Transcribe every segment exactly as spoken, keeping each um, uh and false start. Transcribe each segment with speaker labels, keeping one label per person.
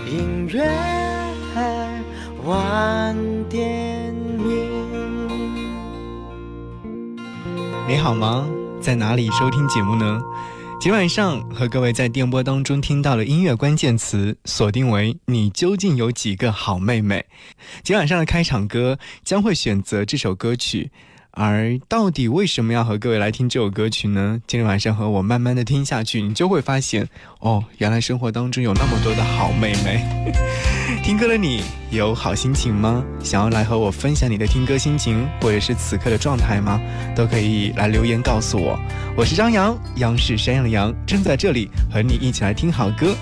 Speaker 1: 音乐晚电影。
Speaker 2: 你好吗？在哪里收听节目呢？今晚上和各位在电波当中听到的音乐关键词锁定为你究竟有几个好妹妹。今晚上的开场歌将会选择这首歌曲，而到底为什么要和各位来听这首歌曲呢？今天晚上和我慢慢的听下去，你就会发现哦，原来生活当中有那么多的好妹妹。听歌的你有好心情吗？想要来和我分享你的听歌心情或者是此刻的状态吗？都可以来留言告诉我。我是张扬，央视山羊的羊，正在这里和你一起来听好歌。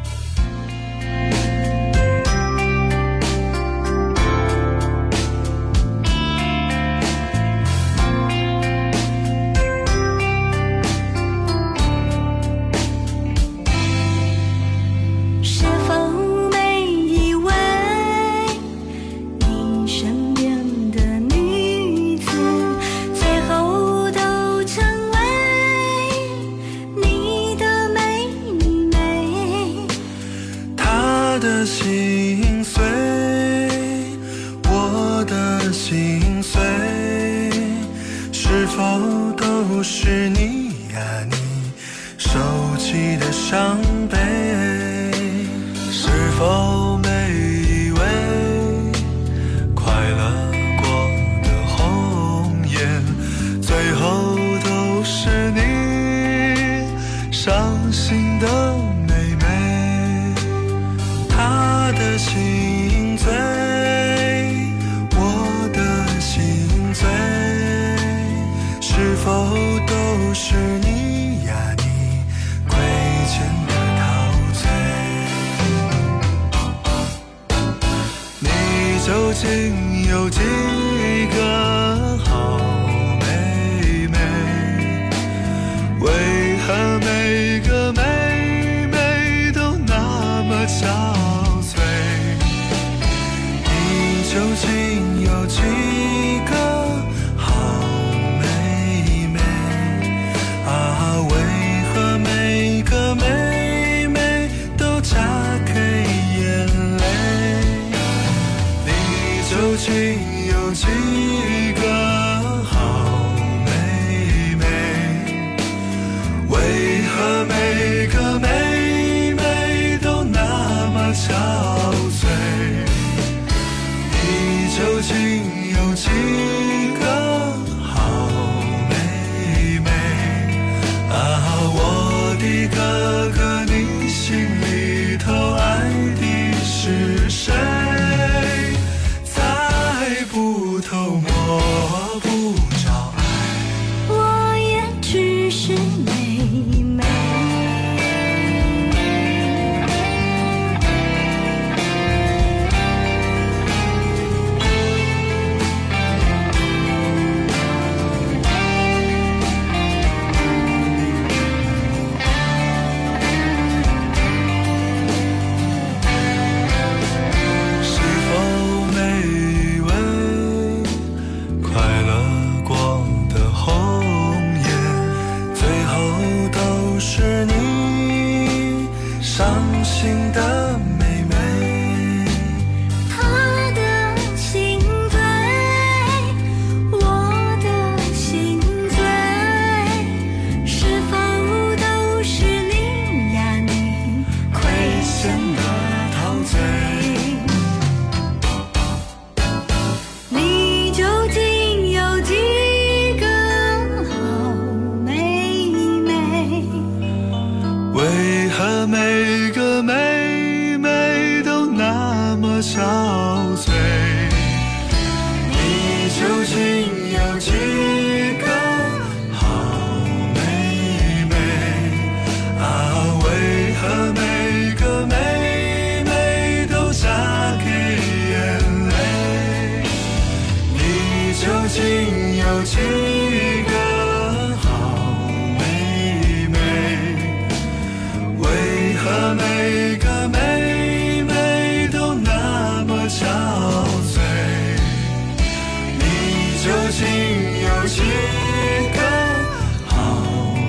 Speaker 3: 究竟有几个好妹妹？为何每个妹妹都那么憔悴？你究竟有几个好妹妹？啊，为何每个妹妹都嫁给眼泪？究竟有几个好妹妹？为何每个妹妹都那么憔悴？你究竟有几个好妹妹？啊，我的哥哥，你心里头爱的是谁？不透摸不着爱，
Speaker 4: 我也只是妹妹。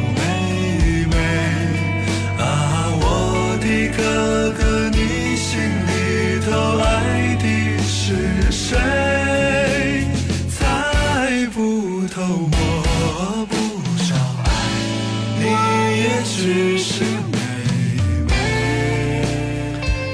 Speaker 3: 哥哥，你心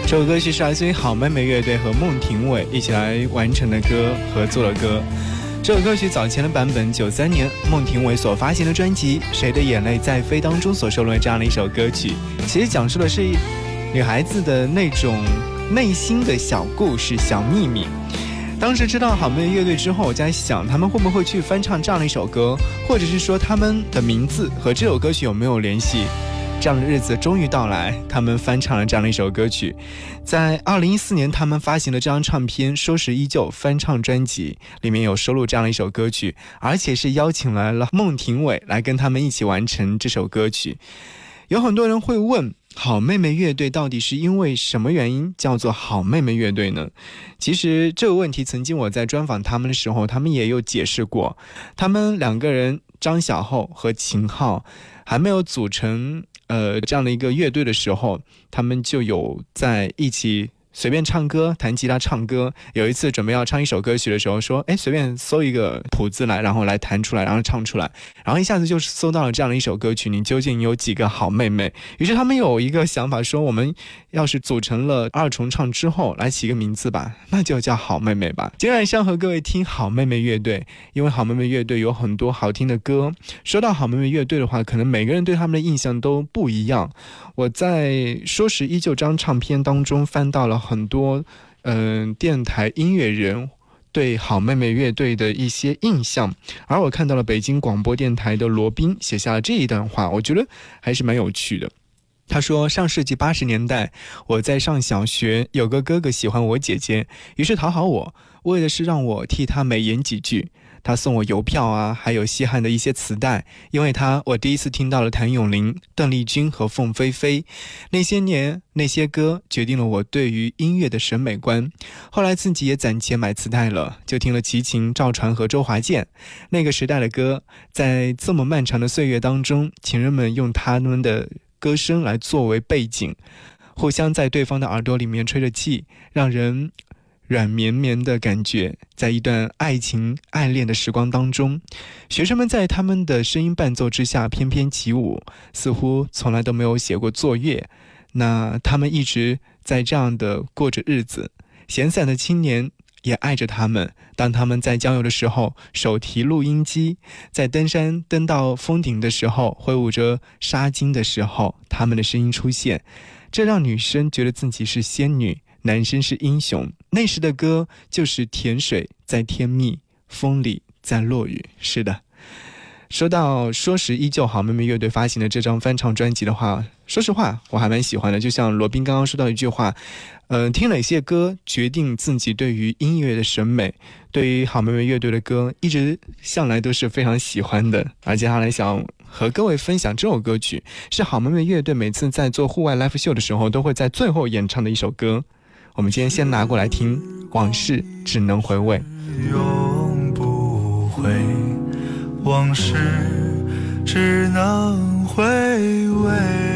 Speaker 2: 这首歌曲是来自于好妹妹乐队和孟庭苇一起来完成的歌，合作的歌。这首歌曲早前的版本九三年孟庭苇所发行的专辑《谁的眼泪在飞》当中所收录的这样的一首歌曲，其实讲述的是女孩子的那种内心的小故事、小秘密。当时知道好妹妹乐队之后，我在想他们会不会去翻唱这样的一首歌，或者是说他们的名字和这首歌曲有没有联系。这样的日子终于到来，他们翻唱了这样的一首歌曲。在二零一四年他们发行了这张唱片《说时依旧》翻唱专辑，里面有收录这样的一首歌曲，而且是邀请来了孟庭苇来跟他们一起完成这首歌曲。有很多人会问，好妹妹乐队到底是因为什么原因叫做好妹妹乐队呢？其实这个问题曾经我在专访他们的时候，他们也有解释过。他们两个人张小厚和秦昊还没有组成呃这样的一个乐队的时候，他们就有在一起随便唱歌，弹吉他唱歌。有一次准备要唱一首歌曲的时候，说哎，随便搜一个谱子来，然后来弹出来，然后唱出来，然后一下子就搜到了这样的一首歌曲，你究竟有几个好妹妹。于是他们有一个想法，说我们要是组成了二重唱之后，来起个名字吧，那就叫好妹妹吧。今天晚上和各位听好妹妹乐队，因为好妹妹乐队有很多好听的歌。说到好妹妹乐队的话，可能每个人对他们的印象都不一样。我在说时依旧张唱片当中翻到了很多嗯、呃、电台音乐人对好妹妹乐队的一些印象，而我看到了北京广播电台的罗宾写下了这一段话，我觉得还是蛮有趣的。他说，上世纪八十年代，我在上小学，有个哥哥喜欢我姐姐，于是讨好我，为的是让我替他美言几句。他送我邮票啊，还有西汉的一些磁带，因为他我第一次听到了谭咏麟、邓丽君和凤飞飞。那些年那些歌决定了我对于音乐的审美观。后来自己也攒钱买磁带了，就听了齐秦、赵传和周华健。那个时代的歌，在这么漫长的岁月当中，情人们用他们的歌声来作为背景，互相在对方的耳朵里面吹着气，让人软绵绵的感觉。在一段爱情爱恋的时光当中，学生们在他们的声音伴奏之下翩翩起舞，似乎从来都没有写过作业。那他们一直在这样的过着日子，闲散的青年也爱着他们。当他们在郊游的时候，手提录音机，在登山登到峰顶的时候，挥舞着纱巾的时候，他们的声音出现，这让女生觉得自己是仙女，男生是英雄。那时的歌就是甜水在甜蜜，风里在落雨。是的，说到说时依旧好妹妹乐队发行的这张翻唱专辑的话，说实话我还蛮喜欢的。就像罗宾刚刚说到一句话，呃，听哪些歌决定自己对于音乐的审美。对于好妹妹乐队的歌一直向来都是非常喜欢的，而接下来想和各位分享这首歌曲，是好妹妹乐队每次在做户外 live show 的时候都会在最后演唱的一首歌。我们今天先拿过来听，往事只能回味，
Speaker 3: 永不回，往事只能回味。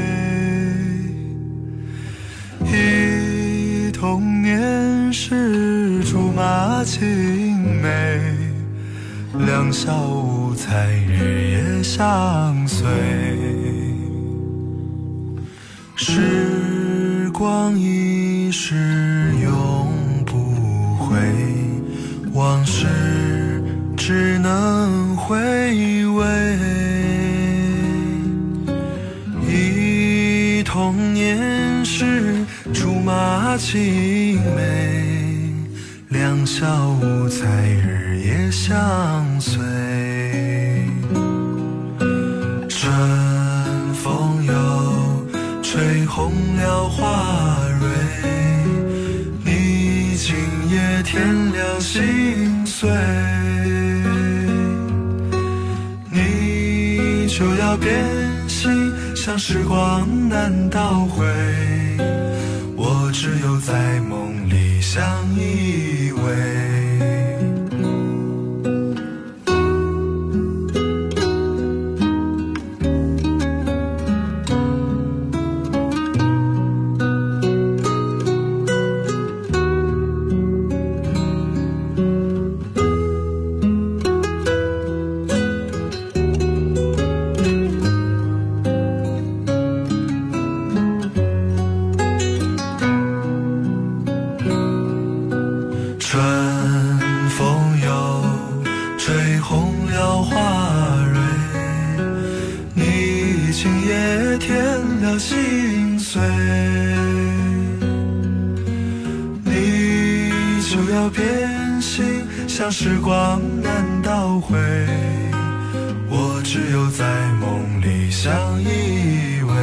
Speaker 3: 忆童年时竹马青梅，两小无猜日夜相随。时光一逝永不回，往事只能回味。忆童年时竹马青梅，两小无猜日夜相随。春风又吹红了花蕊，你今夜添了心碎，你就要变心，像时光难倒回，我只有在梦里相依偎。 要变心，像时光难倒回，我只有在梦里相依偎。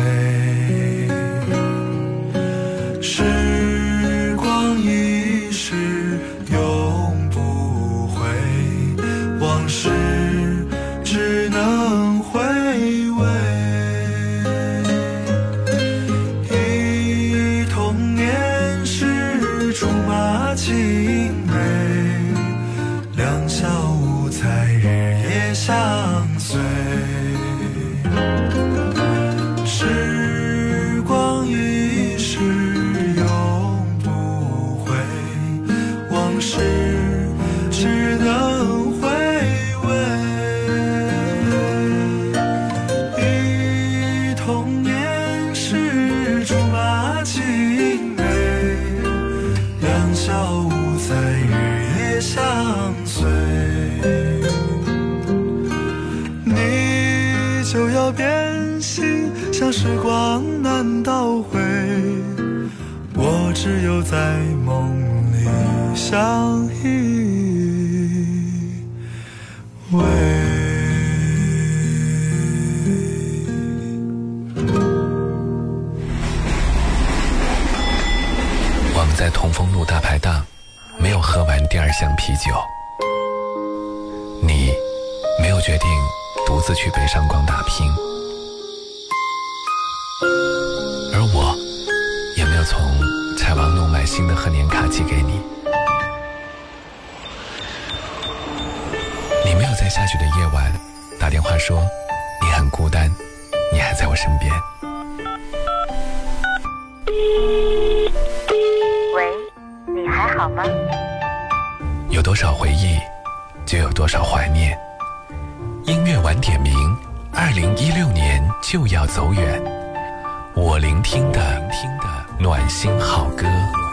Speaker 3: 时光一逝永不回，往事只能回味。忆童年时竹马青梅，两小无猜日夜相随。时光一逝永不回，往事只能回味。忆童年时竹马青梅，两小无猜日夜相随。你就要变心，像时光难倒回，我只有在梦里相依偎。
Speaker 5: 我们在同丰路大排档没有喝完第二箱啤酒，你没有决定独自去北上广打拼，而我也没有从柴王弄买新的贺年卡寄给你。你没有在下雪的夜晚打电话说你很孤单，你还在我身边。
Speaker 6: 喂，你还好吗？
Speaker 5: 有多少回忆，就有多少怀念。音乐晚点名，二零一六年就要走远，我聆听的暖心好歌。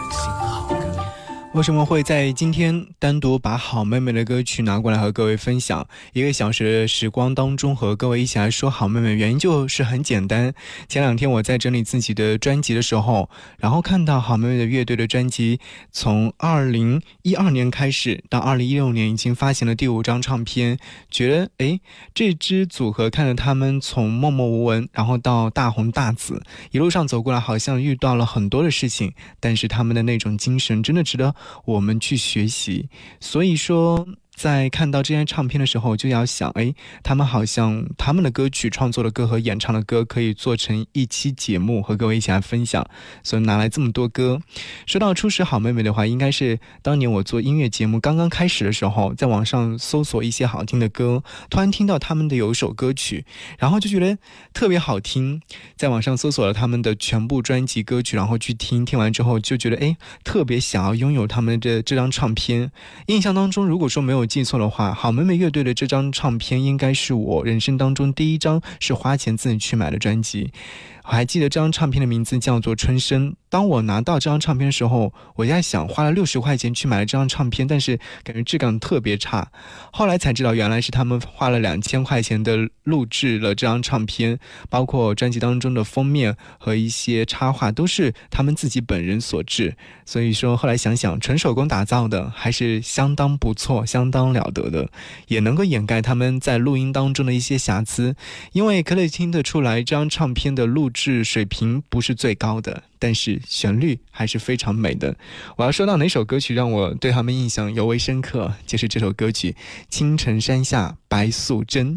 Speaker 2: 为什么会在今天单独把好妹妹的歌曲拿过来和各位分享？一个小时的时光当中和各位一起来说好妹妹，原因就是很简单。前两天我在整理自己的专辑的时候，然后看到好妹妹的乐队的专辑从二零一二年开始到二零一六年已经发行了第五张唱片，觉得诶，这支组合看着他们从默默无闻然后到大红大紫，一路上走过来好像遇到了很多的事情，但是他们的那种精神真的值得我们去学习。所以说在看到这张唱片的时候就要想，诶，他们好像他们的歌曲创作的歌和演唱的歌可以做成一期节目和各位一起来分享，所以拿来这么多歌。说到初识好妹妹的话，应该是当年我做音乐节目刚刚开始的时候，在网上搜索一些好听的歌，突然听到他们的有一首歌曲，然后就觉得特别好听，在网上搜索了他们的全部专辑歌曲，然后去听，听完之后就觉得诶，特别想要拥有他们的这张唱片。印象当中如果说没有记错的话，好妹妹乐队的这张唱片应该是我人生当中第一张是花钱自己去买的专辑。我还记得这张唱片的名字叫做春生。当我拿到这张唱片的时候，我在想花了六十块钱去买了这张唱片，但是感觉质感特别差。后来才知道原来是他们花了两千块钱的录制了这张唱片，包括专辑当中的封面和一些插画都是他们自己本人所制。所以说后来想想，纯手工打造的还是相当不错，相当了得的，也能够掩盖他们在录音当中的一些瑕疵。因为可以听得出来这张唱片的录制水平不是最高的，但是旋律还是非常美的。我要说到哪首歌曲让我对他们印象尤为深刻，就是这首歌曲《青城山下白素贞》。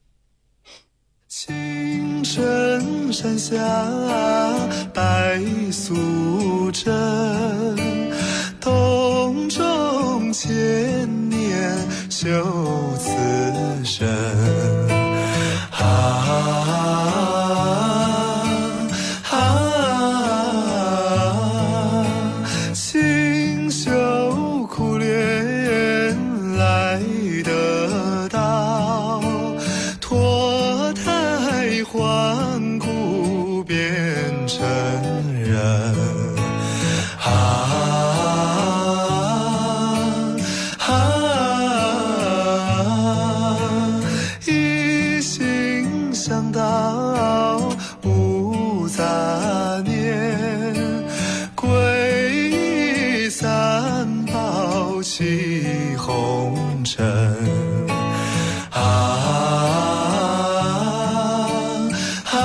Speaker 3: 青城山下白素贞，洞中千年修此身。啊啊起红尘。啊啊，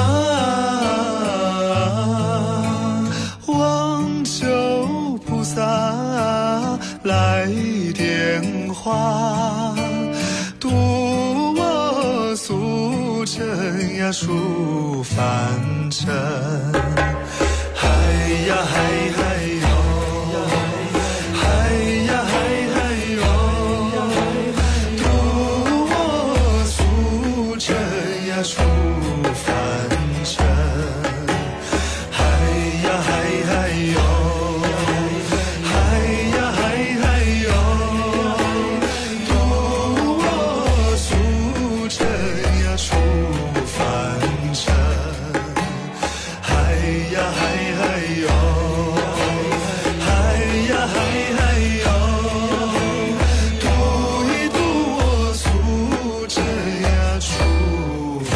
Speaker 3: 望求菩萨来点化，渡我俗尘呀出凡尘。嗨呀嗨嗨哟，嗨呀嗨嗨哟，渡我俗尘呀出凡尘。嗨呀嗨嗨哟，嗨呀嗨嗨哟，渡我俗尘呀出凡尘。嗨呀嗨嗨哟，嗨呀嗨嗨哟，渡一渡我俗尘呀出凡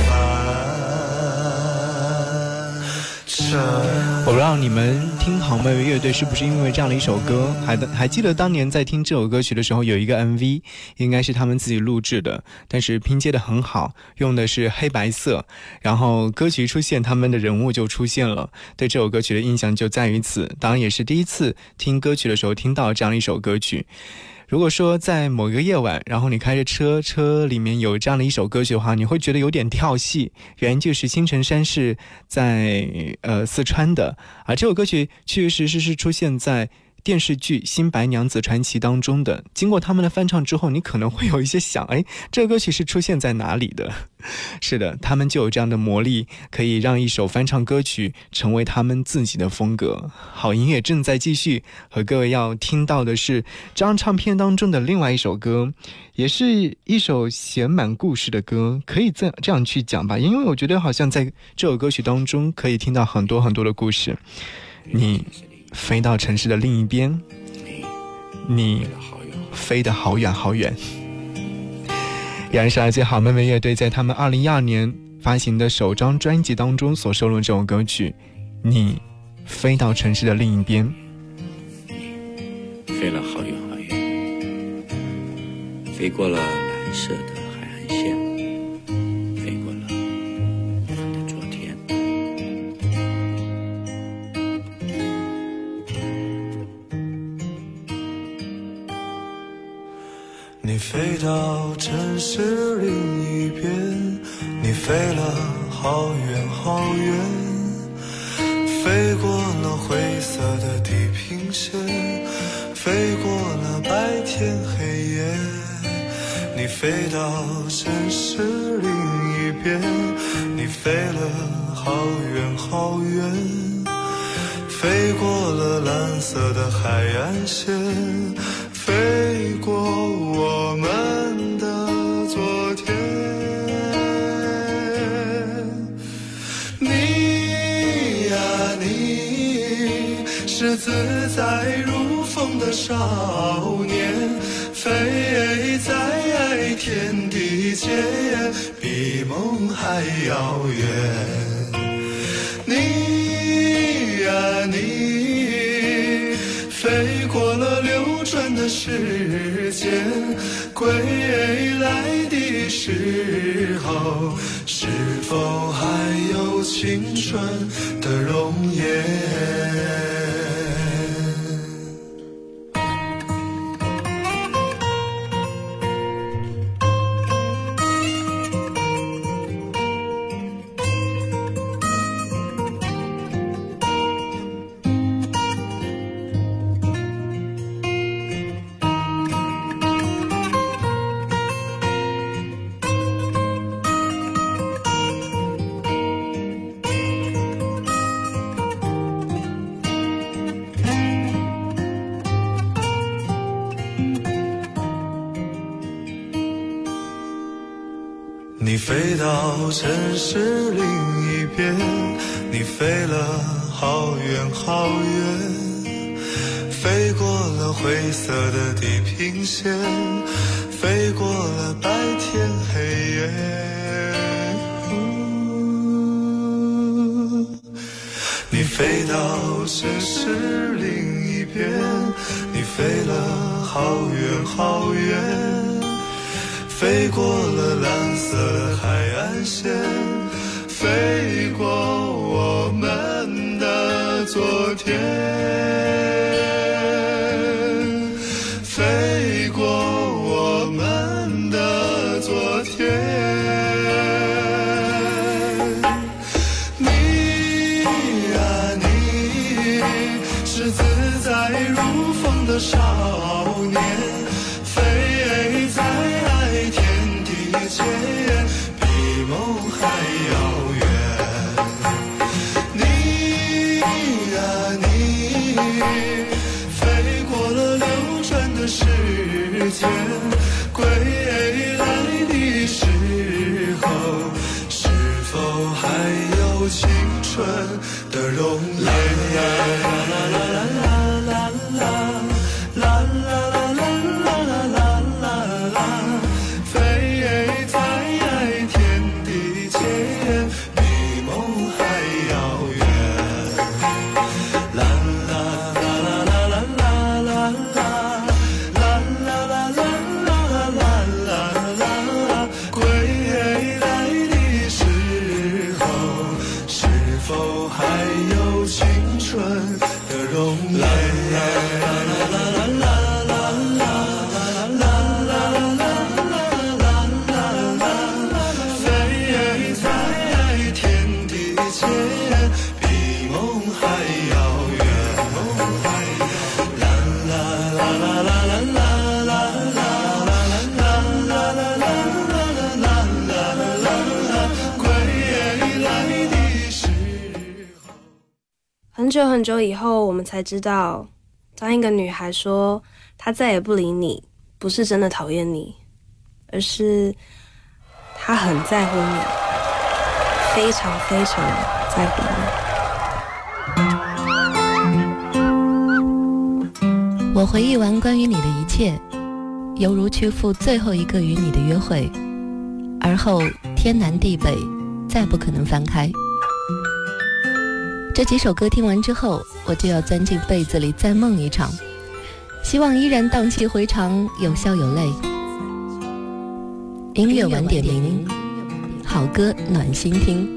Speaker 3: 尘。
Speaker 2: 我不知道你们听好妹妹乐队是不是因为这样的一首歌，还还记得当年在听这首歌曲的时候有一个 M V， 应该是他们自己录制的，但是拼接的很好，用的是黑白色，然后歌曲出现他们的人物就出现了，对这首歌曲的印象就在于此，当然也是第一次听歌曲的时候听到这样的一首歌曲。如果说在某一个夜晚，然后你开着车，车里面有这样的一首歌曲的话，你会觉得有点跳戏，原因就是青城山是在呃四川的，而这首歌曲确实是是出现在电视剧《新白娘子传奇》当中的。经过他们的翻唱之后，你可能会有一些想，哎，这个歌曲是出现在哪里的？是的，他们就有这样的魔力，可以让一首翻唱歌曲成为他们自己的风格。好音乐正在继续，和各位要听到的是这张唱片当中的另外一首歌，也是一首写满故事的歌，可以这这样去讲吧，因为我觉得好像在这首歌曲当中可以听到很多很多的故事。你飞到城市的另一边，你飞得好远好远。燃烧最好妹妹乐队在他们二零一二年发行的首张专辑当中所收录这首歌曲，你飞到城市的另一边。
Speaker 7: 飞了好远好远，飞过了蓝色的海岸线，飞过了我的昨天。
Speaker 3: 你飞到城市另一边，你飞了好远好远，飞过了灰色的地平线，飞过了白天黑夜。你飞到城市另一边，你飞了好远好远，飞过了蓝色的海岸线，飞过我们的昨天。你呀你，是自在如风的少年，飞在天地间，比梦还遥远。你呀你，飞过了流转的时间，归来的时候，是否还有青春的容颜？你飞到城市另一边，你飞了好远好远，飞过了灰色的地平线，飞过了白天黑夜。你飞到城市另一边，你飞了好远好远，飞过了蓝色海岸线，飞过我们的昨天，飞过我们的昨天。你啊你，是自在如风的少年，飞在天地间，比梦还遥远。你啊你，飞过了流转的时间，归来的时候，是否还有青春的容颜？啦啦啦啦啦啦啦啦啦啦啦啦啦啦，飞在天地间，比梦还遥远。啦啦啦啦啦啦啦啦啦啦啦啦啦啦，归来的时候，是否还有青春的容颜？
Speaker 8: 很久很久以后，我们才知道，当一个女孩说她再也不理你，不是真的讨厌你，而是她很在乎你，非常非常在乎
Speaker 9: 你。我回忆完关于你的一切，犹如去赴最后一个与你的约会，而后天南地北，再不可能翻开。这几首歌听完之后，我就要钻进被子里再梦一场，希望依然荡气回肠，有笑有泪。音乐晚点名，好歌暖心听。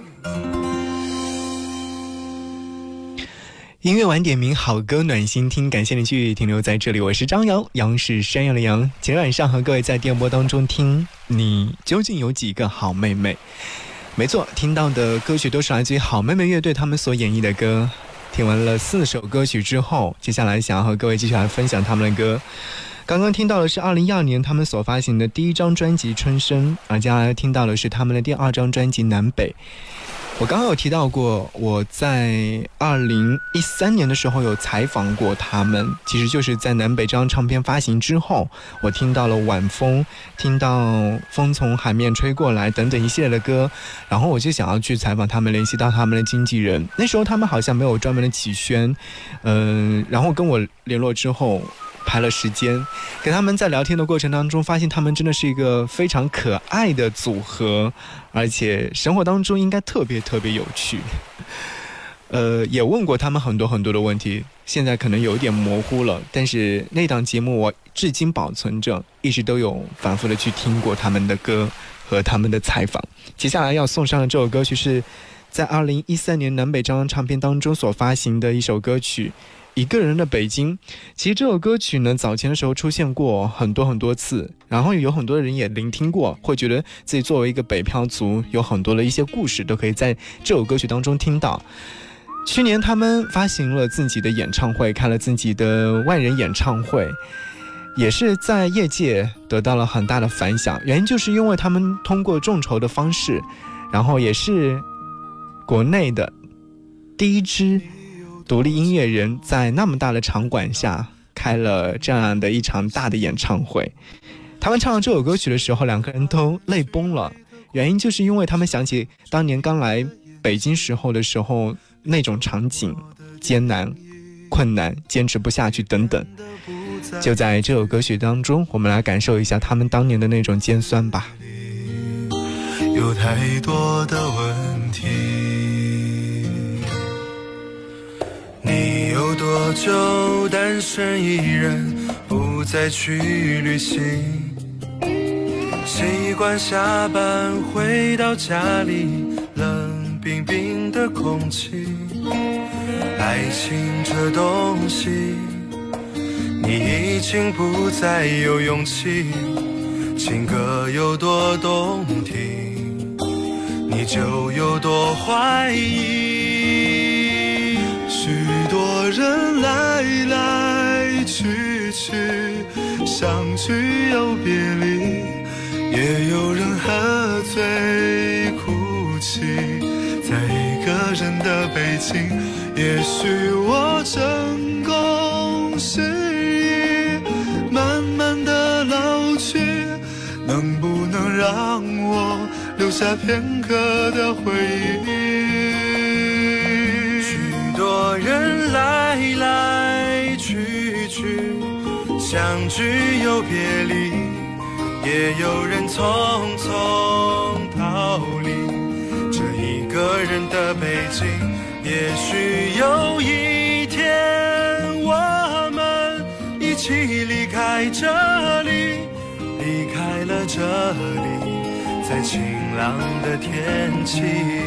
Speaker 2: 音乐晚点名，好歌暖心听，感谢你继续停留在这里，我是张瑶，杨是山羊的羊。今天晚上和各位在电波当中听，你究竟有几个好妹妹？没错，听到的歌曲都是来自于好妹妹乐队他们所演绎的歌。听完了四首歌曲之后，接下来想要和各位继续来分享他们的歌。刚刚听到的是二零一二年他们所发行的第一张专辑《春生》，而接下来听到的是他们的第二张专辑《南北》。我刚刚有提到过，我在二零一三年的时候有采访过他们，其实就是在南北这张唱片发行之后，我听到了晚风，听到风从海面吹过来等等一系列的歌，然后我就想要去采访他们，联系到他们的经纪人。那时候他们好像没有专门的企宣，嗯、呃，然后跟我联络之后排了时间，跟他们在聊天的过程当中，发现他们真的是一个非常可爱的组合，而且生活当中应该特别特别有趣。呃，也问过他们很多很多的问题，现在可能有点模糊了，但是那档节目我至今保存着，一直都有反复的去听过他们的歌和他们的采访。接下来要送上的这首歌曲是在二零一三年南北这张唱片当中所发行的一首歌曲，一个人的北京。其实这首歌曲呢，早前的时候出现过很多很多次，然后有很多人也聆听过，会觉得自己作为一个北漂族，有很多的一些故事都可以在这首歌曲当中听到。去年他们发行了自己的演唱会，开了自己的万人演唱会，也是在业界得到了很大的反响，原因就是因为他们通过众筹的方式，然后也是国内的第一支独立音乐人在那么大的场馆下开了这样的一场大的演唱会。他们唱到这首歌曲的时候，两个人都泪崩了，原因就是因为他们想起当年刚来北京时候的时候那种场景，艰难困难，坚持不下去等等。就在这首歌曲当中，我们来感受一下他们当年的那种尖酸吧。
Speaker 3: 有太多的问题，你有有多久单身一人，不再去旅行，习惯下班回到家里，冷冰冰的空气。爱情这东西，你已经不再有勇气。情歌有多动听，你就有多怀疑。许多人来来去去，相聚又别离，也有人喝醉哭泣，在一个人的北京。也许我成功失意，慢慢的老去，能不能让我留下片刻的回忆？许多人来来去去，相聚又别离，也有人匆匆逃离这一个人的北京。也许有一天我们一起离开这里，离开了这里，在晴朗的天气。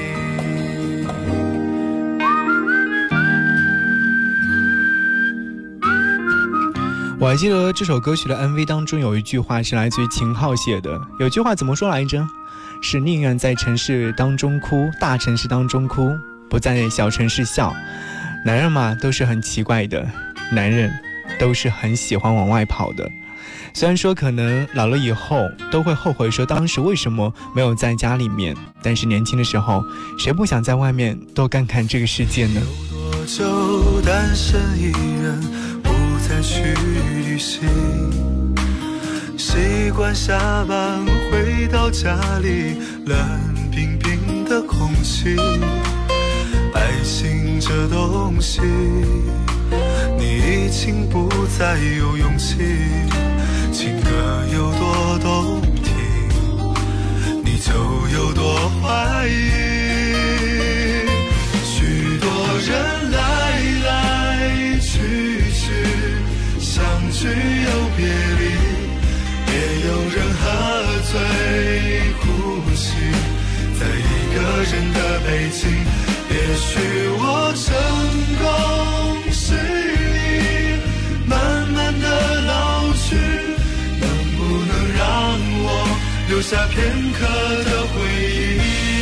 Speaker 2: 我还记得这首歌曲的 M V 当中有一句话是来自于秦昊写的，有句话怎么说来着？是宁愿在城市当中哭，大城市当中哭，不在小城市笑。男人嘛，都是很奇怪的，男人都是很喜欢往外跑的。虽然说可能老了以后都会后悔说当时为什么没有在家里面，但是年轻的时候谁不想在外面多看看这个世界呢？
Speaker 3: 有多久单身一人，不再去旅行，习惯下班回到家里，冷冰冰的空气。爱情这东西，你已经不再有勇气。情歌有多动听，你就有多怀疑。许多人来来去去，相聚又别离，也有人喝醉哭泣，在一个人的北京。也许我成功失意，慢慢的老去，能不能让我留下片刻的回忆？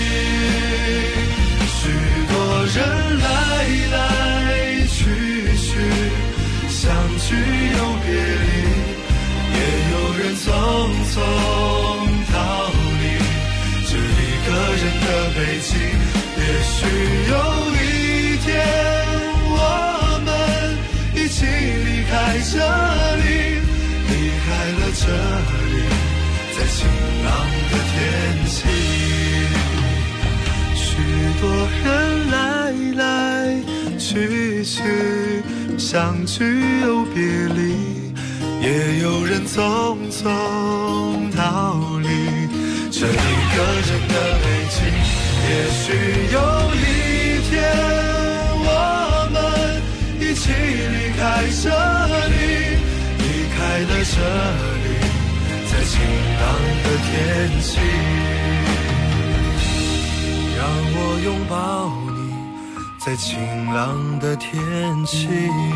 Speaker 3: 许多人来来去去，相聚又别离，也有人匆匆逃离这一个人的北京。也许有一天我们一起离开这里，离开了这里，在晴朗的天气。许多人来来去去，相聚又别离，也有人匆匆逃离这一个人的北京。也许有一天我们一起离开这里，离开了这里，在晴朗的天气。让我拥抱你，在晴朗的天气。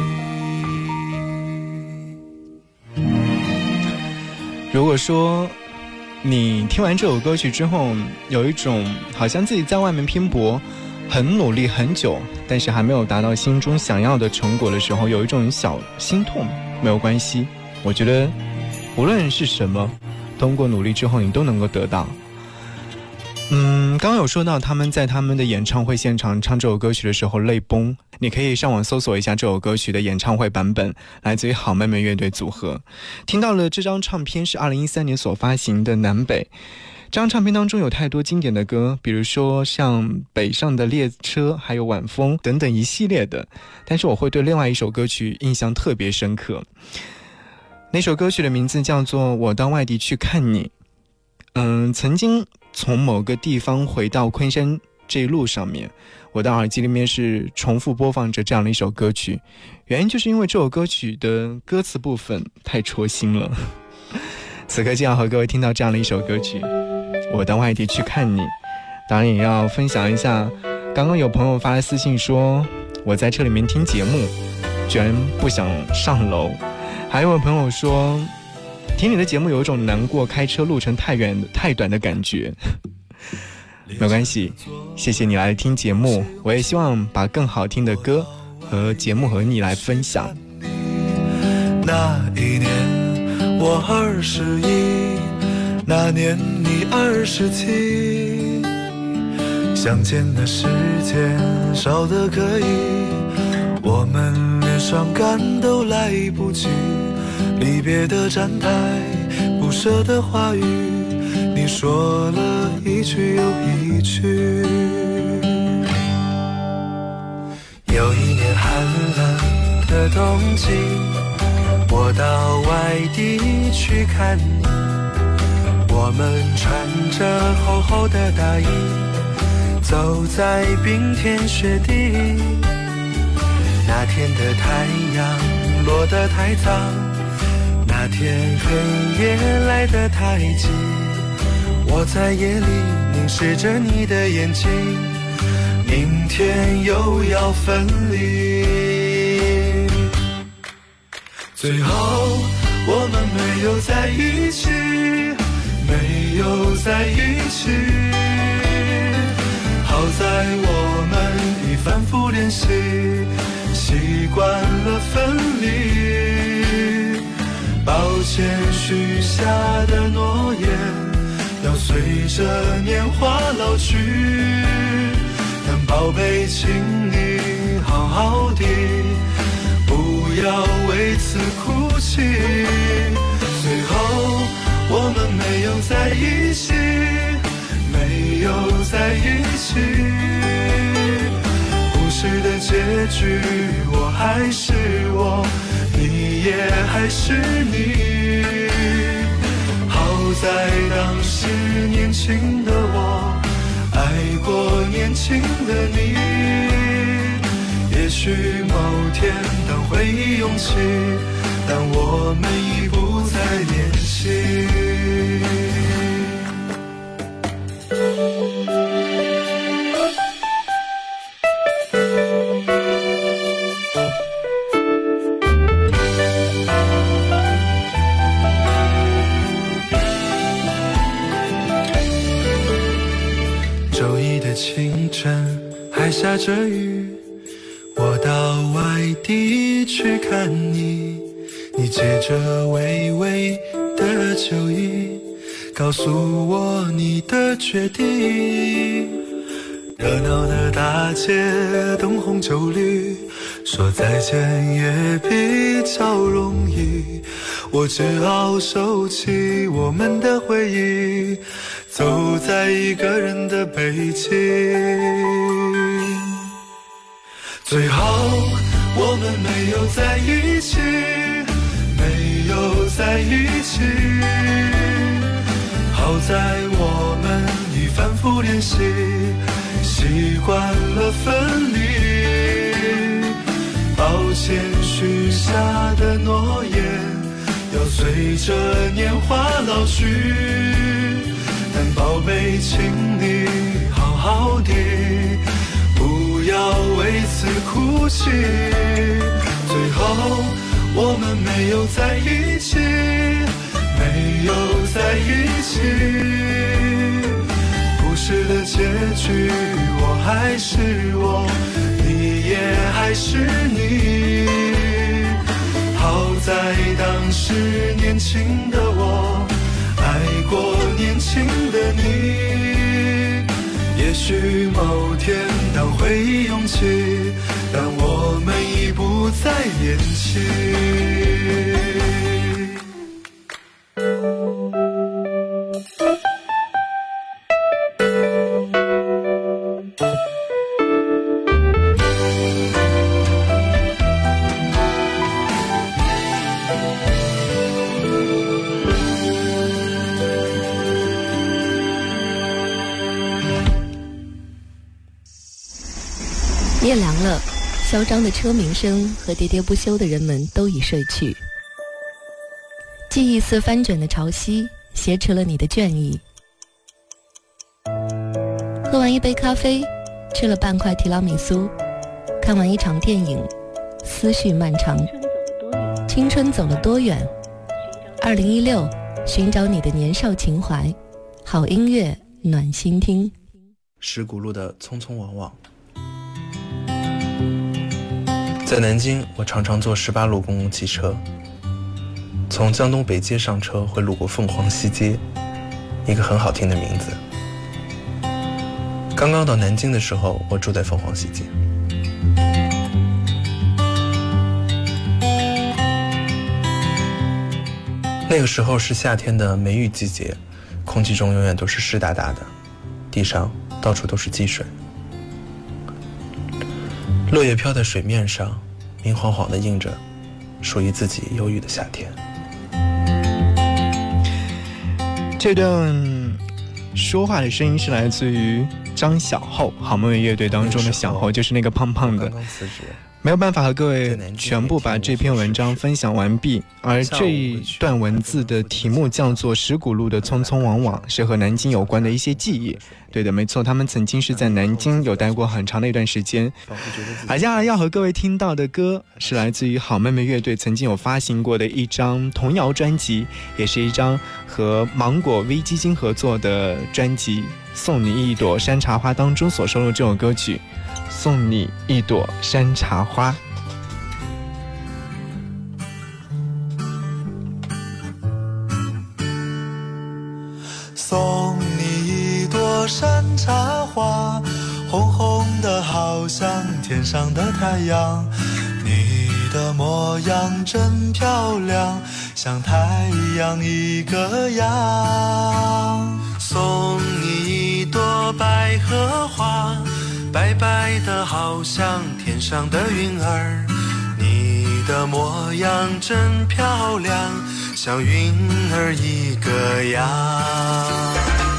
Speaker 2: 如果说你听完这首歌曲之后有一种好像自己在外面拼搏很努力很久，但是还没有达到心中想要的成果的时候，有一种小心痛，没有关系。我觉得无论是什么，通过努力之后你都能够得到。嗯，刚刚有说到他们在他们的演唱会现场唱这首歌曲的时候泪崩，你可以上网搜索一下这首歌曲的演唱会版本，来自于好妹妹乐队组合。听到了这张唱片是二零一三年所发行的南北，这张唱片当中有太多经典的歌，比如说像北上的列车还有晚风等等一系列的，但是我会对另外一首歌曲印象特别深刻。那首歌曲的名字叫做我到外地去看你。嗯，曾经从某个地方回到昆山这一路上面，我的耳机里面是重复播放着这样的一首歌曲，原因就是因为这首歌曲的歌词部分太戳心了。此刻就要和各位听到这样的一首歌曲，我到外地去看你。当然也要分享一下，刚刚有朋友发来私信说我在车里面听节目居然不想上楼，还有朋友说听你的节目有一种难过开车路程太远太短的感觉。没关系，谢谢你来听节目，我也希望把更好听的歌和节目和你来分享。
Speaker 3: 那一年我二十一，那年你二十七，相见的时间少得可以，我们连伤感都来不及，离别的站台，不舍的话语，你说了一句又一句。有一年寒冷的冬季，我到外地去看你，我们穿着厚厚的大衣，走在冰天雪地。那天的太阳落得太早，那天黑夜来得太急，我在夜里凝视着你的眼睛，明天又要分离。最后我们没有在一起，没有在一起，好在我们已反复练习，习惯了分离。抱歉许下的诺言要随着年华老去，但宝贝请你好好的，不要为此哭泣。最后我们没有在一起，没有在一起，故事的结局我还是我，你也还是你。好在当时年轻的我爱过年轻的你，也许某天当回忆涌起，但我们已不再联系。周一的清晨还下着雨，我到外地去看你，你借着微微的酒意告诉我你的决定。热闹的大街灯红酒绿，说再见也比较容易，我只好收起我们的回忆，走在一个人的北京。最后我们没有在一起，没有在一起，好在我们已反复练习，习惯了分离。抱歉许下的诺言要随着年华老去，但宝贝请你好好的，不要为此哭泣。最后我们没有在一起，没有在一起，故事的结局我还是我，你也还是你。好在当时年轻的我爱过年轻的你，也许某天当回忆涌起，但我们已不再年轻。
Speaker 9: 夜凉了，嚣张的车鸣声和喋喋不休的人们都已睡去。记忆似翻卷的潮汐，挟持了你的倦意。喝完一杯咖啡，吃了半块提拉米苏，看完一场电影，思绪漫长。青春走了多远？二零一六，寻找你的年少情怀，好音乐暖心听。
Speaker 7: 石鼓路的匆匆往往。在南京，我常常坐十八路公共汽车，从江东北街上车会路过凤凰西街，一个很好听的名字。刚刚到南京的时候，我住在凤凰西街。那个时候是夏天的梅雨季节，空气中永远都是湿哒哒的，地上到处都是积水。落叶飘在水面上，明晃晃地映着属于自己忧郁的夏天。
Speaker 2: 这段说话的声音是来自于张小厚，好妹妹乐队当中的小厚，就是那个胖胖的。
Speaker 7: 刚刚辞职，
Speaker 2: 没有办法和各位全部把这篇文章分享完毕，而这一段文字的题目叫做《石鼓路的匆匆往往》，是和南京有关的一些记忆。对的，没错，他们曾经是在南京有待过很长的一段时间。而接下来要和各位听到的歌是来自于好妹妹乐队曾经有发行过的一张童谣专辑，也是一张和芒果 V 基金合作的专辑《送你一朵山茶花》当中所收录这首歌曲《送你一朵山茶花》。
Speaker 3: 送你一朵山茶花，红红的好像天上的太阳，你的模样真漂亮，像太阳一个样。送你一朵百合花，白白的好像天上的云儿，你的模样真漂亮，像云儿一个样。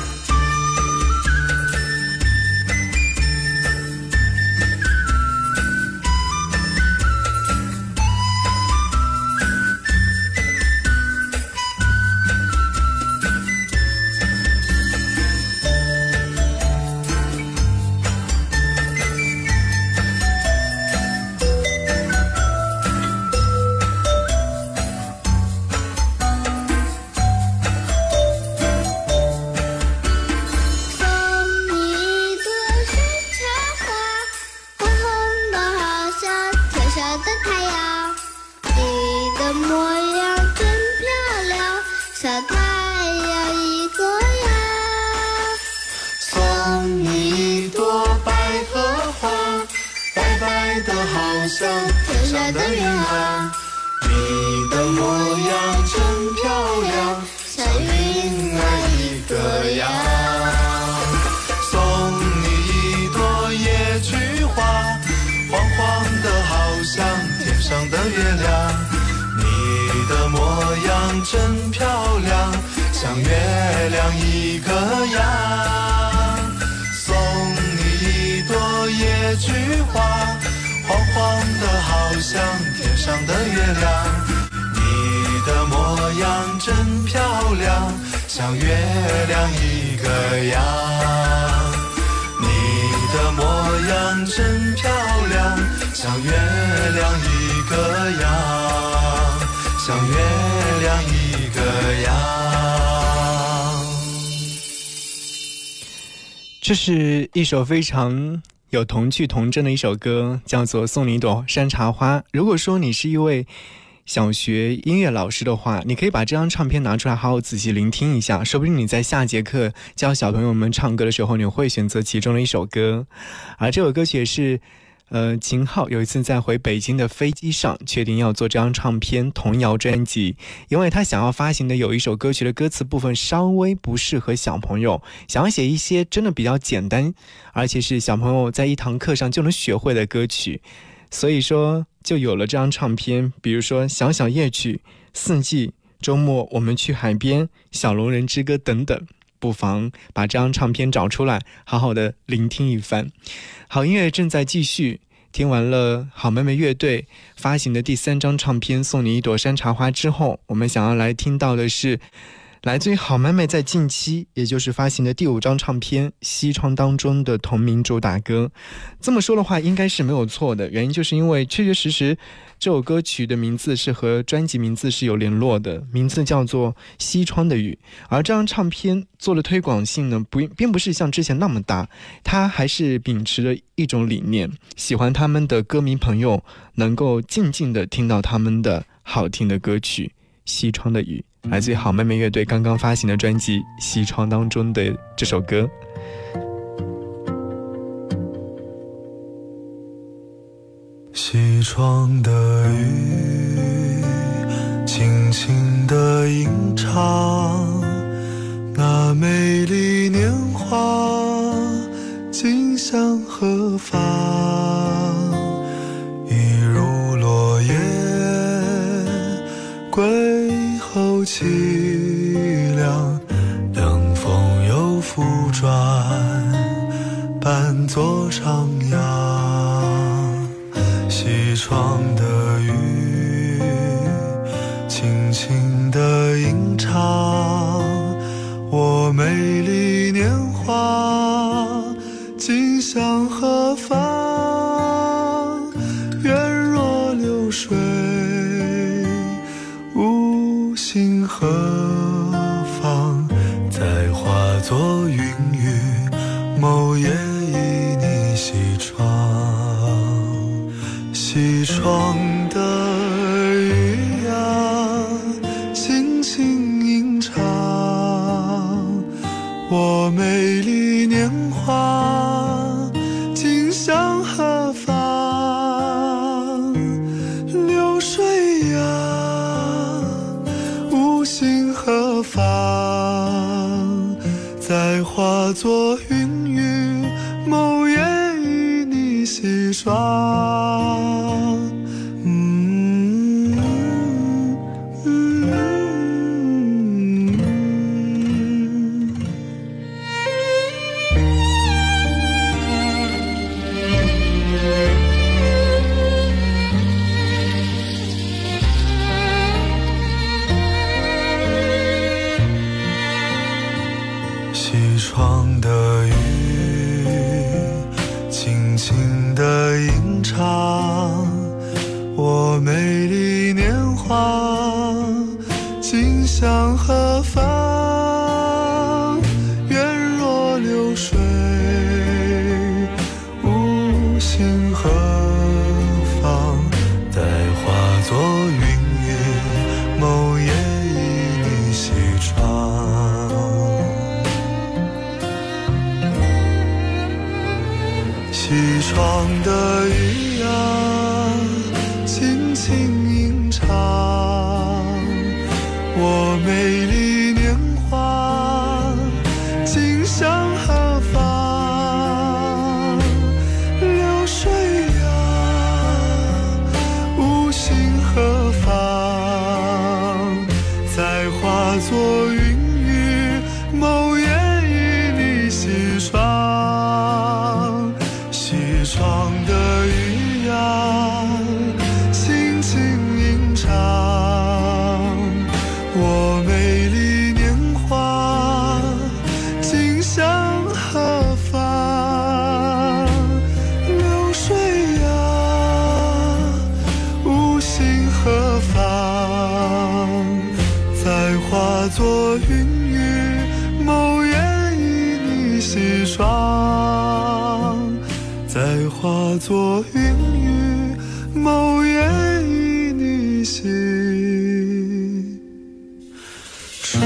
Speaker 3: 像天上的云儿，你的模样真漂亮，像云儿一个样。送你一朵野菊花，黄黄的好像天上的月亮，你的模样真漂亮，像月亮一个样。送你一朵野菊花，黄黄的好像天上的月亮，你的模样真漂亮，像月亮一个样。你的模样真漂亮，像月亮一个样，像月亮一个样。
Speaker 2: 这是一首非常有童趣童真的一首歌，叫做《送你一朵山茶花》。如果说你是一位小学音乐老师的话，你可以把这张唱片拿出来好好仔细聆听一下，说不定你在下节课教小朋友们唱歌的时候，你会选择其中的一首歌。而这首歌曲也是呃，秦昊有一次在回北京的飞机上确定要做这张唱片童谣专辑，因为他想要发行的有一首歌曲的歌词部分稍微不适合小朋友，想要写一些真的比较简单，而且是小朋友在一堂课上就能学会的歌曲，所以说就有了这张唱片，比如说小小夜曲、四季、周末我们去海边、小龙人之歌等等，不妨把这张唱片找出来好好的聆听一番。好音乐正在继续， 听完了好妹妹乐队发行的第三张唱片《送你一朵山茶花》之后，我们想要来听到的是来自于好妹妹在近期，也就是发行的第五张唱片《西窗》当中的同名主打歌。这么说的话应该是没有错的，原因就是因为确确实实这首歌曲的名字是和专辑名字是有联络的，名字叫做《西窗的雨》。而这张唱片做的推广性呢，不并不是像之前那么大，它还是秉持着一种理念，喜欢他们的歌迷朋友能够静静地听到他们的好听的歌曲《西窗的雨》，来自于好妹妹乐队刚刚发行的专辑《西窗》当中的这首歌。
Speaker 3: 西窗的雨，轻轻地吟唱，那美丽年华今向何方？一如落叶归后凄凉，冷风又复转，伴作徜徉。西窗的雨，轻轻地吟唱，我美丽年华今向何方？愿若流水无心何方？再化作云雨，某夜依你西窗。西窗的雨啊，轻轻吟唱，我美丽年华今向何方？流水啊，无心何方？再化作云雨，某夜依你西窗。我美丽年华今向何方？愿若流水无心何方？再化作云雨，某夜依你西窗。西窗的雨啊，轻轻吟唱，我美丽年华今向何方？流水啊，无心何方？再化作云雨，某夜依你西窗。西窗的雨啊，轻轻吟唱，我美丽年华今向何方？流水啊，无心何方？再化作云雨，某夜依你西窗。再化作云雨，某夜依你西窗。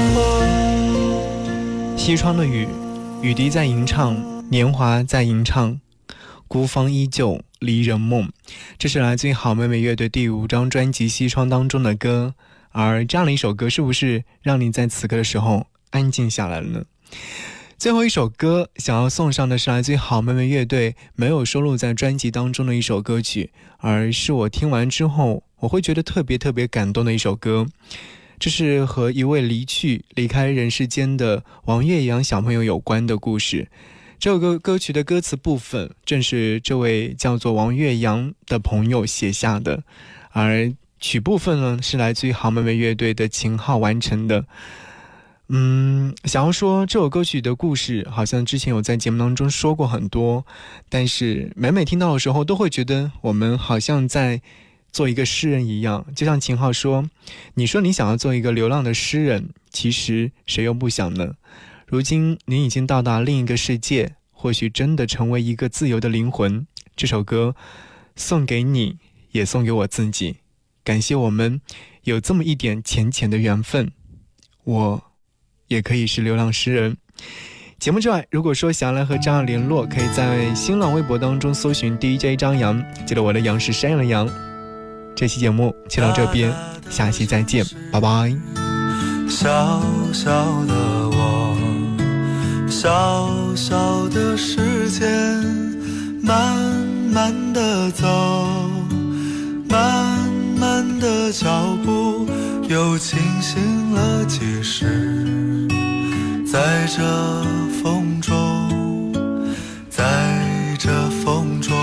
Speaker 2: 西窗的雨，雨滴在吟唱，年华在吟唱，孤芳依旧，离人梦。这是来自于好妹妹乐队第五张专辑《西窗》当中的歌。而这样的一首歌，是不是让你在此刻的时候安静下来了呢？最后一首歌想要送上的是来自于好妹妹乐队没有收录在专辑当中的一首歌曲，而是我听完之后我会觉得特别特别感动的一首歌。这是和一位离去离开人世间的王岳阳小朋友有关的故事。 这首歌歌曲的歌词部分正是这位叫做王岳阳的朋友写下的，而曲部分呢是来自于好妹妹乐队的秦昊完成的。嗯，想要说这首歌曲的故事好像之前有在节目当中说过很多，但是每每听到的时候都会觉得我们好像在做一个诗人一样。就像秦昊说，你说你想要做一个流浪的诗人，其实谁又不想呢？如今你已经到达另一个世界，或许真的成为一个自由的灵魂。这首歌送给你，也送给我自己，感谢我们有这么一点浅浅的缘分，我也可以是流浪诗人。节目之外，如果说想要来和张扬联络，可以在新浪微博当中搜寻 D J 张扬，记得我的杨是山羊的羊。这期节目就到这边，下期再见，拜拜。
Speaker 3: 小小的我，小小的时间，慢慢的走，慢慢的脚步，又清醒了几时。在这风中，在这风中，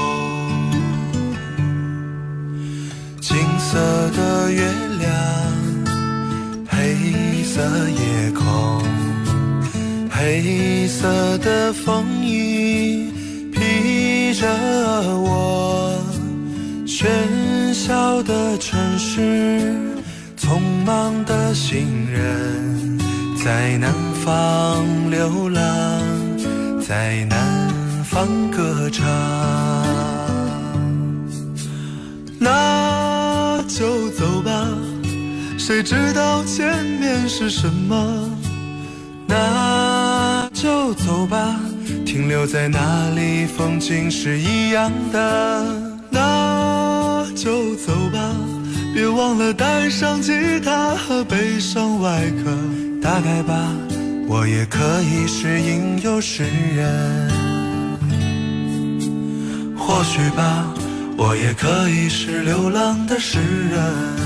Speaker 3: 金色的月亮，黑色夜空，黑色的风衣披着我，喧嚣的城市，匆忙的行人，在南方流浪，在南方歌唱。那就走吧，谁知道前面是什么？那就走吧，停留在那里风景是一样的。那就走吧，别忘了带上吉他和悲伤外壳。大概吧，我也可以是吟游诗人。或许吧，我也可以是流浪的诗人。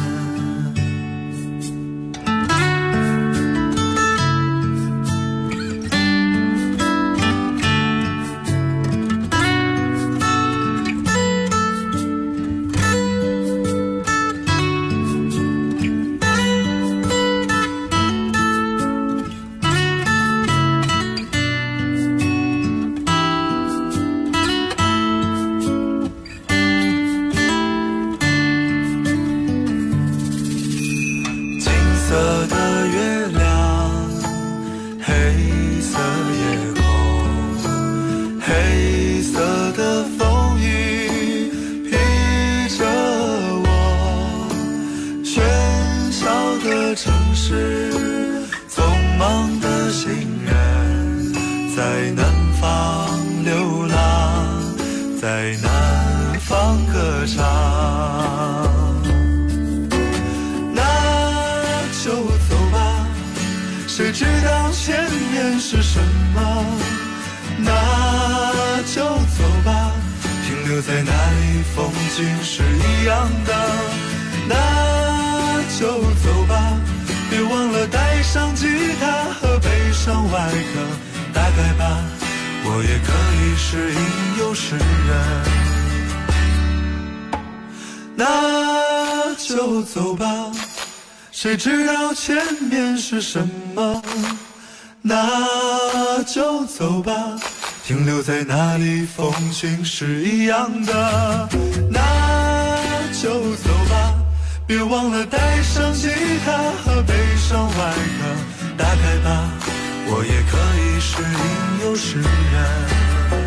Speaker 3: 谁知道前面是什么？那就走吧，停留在那里风景是一样的。那就走吧，别忘了带上吉他和悲伤外壳。大概吧，我也可以是吟游诗人。那就走吧，谁知道前面是什么？那就走吧，停留在那里风景是一样的。那就走吧，别忘了带上吉他和悲伤外壳。大概吧，我也可以是吟游诗人。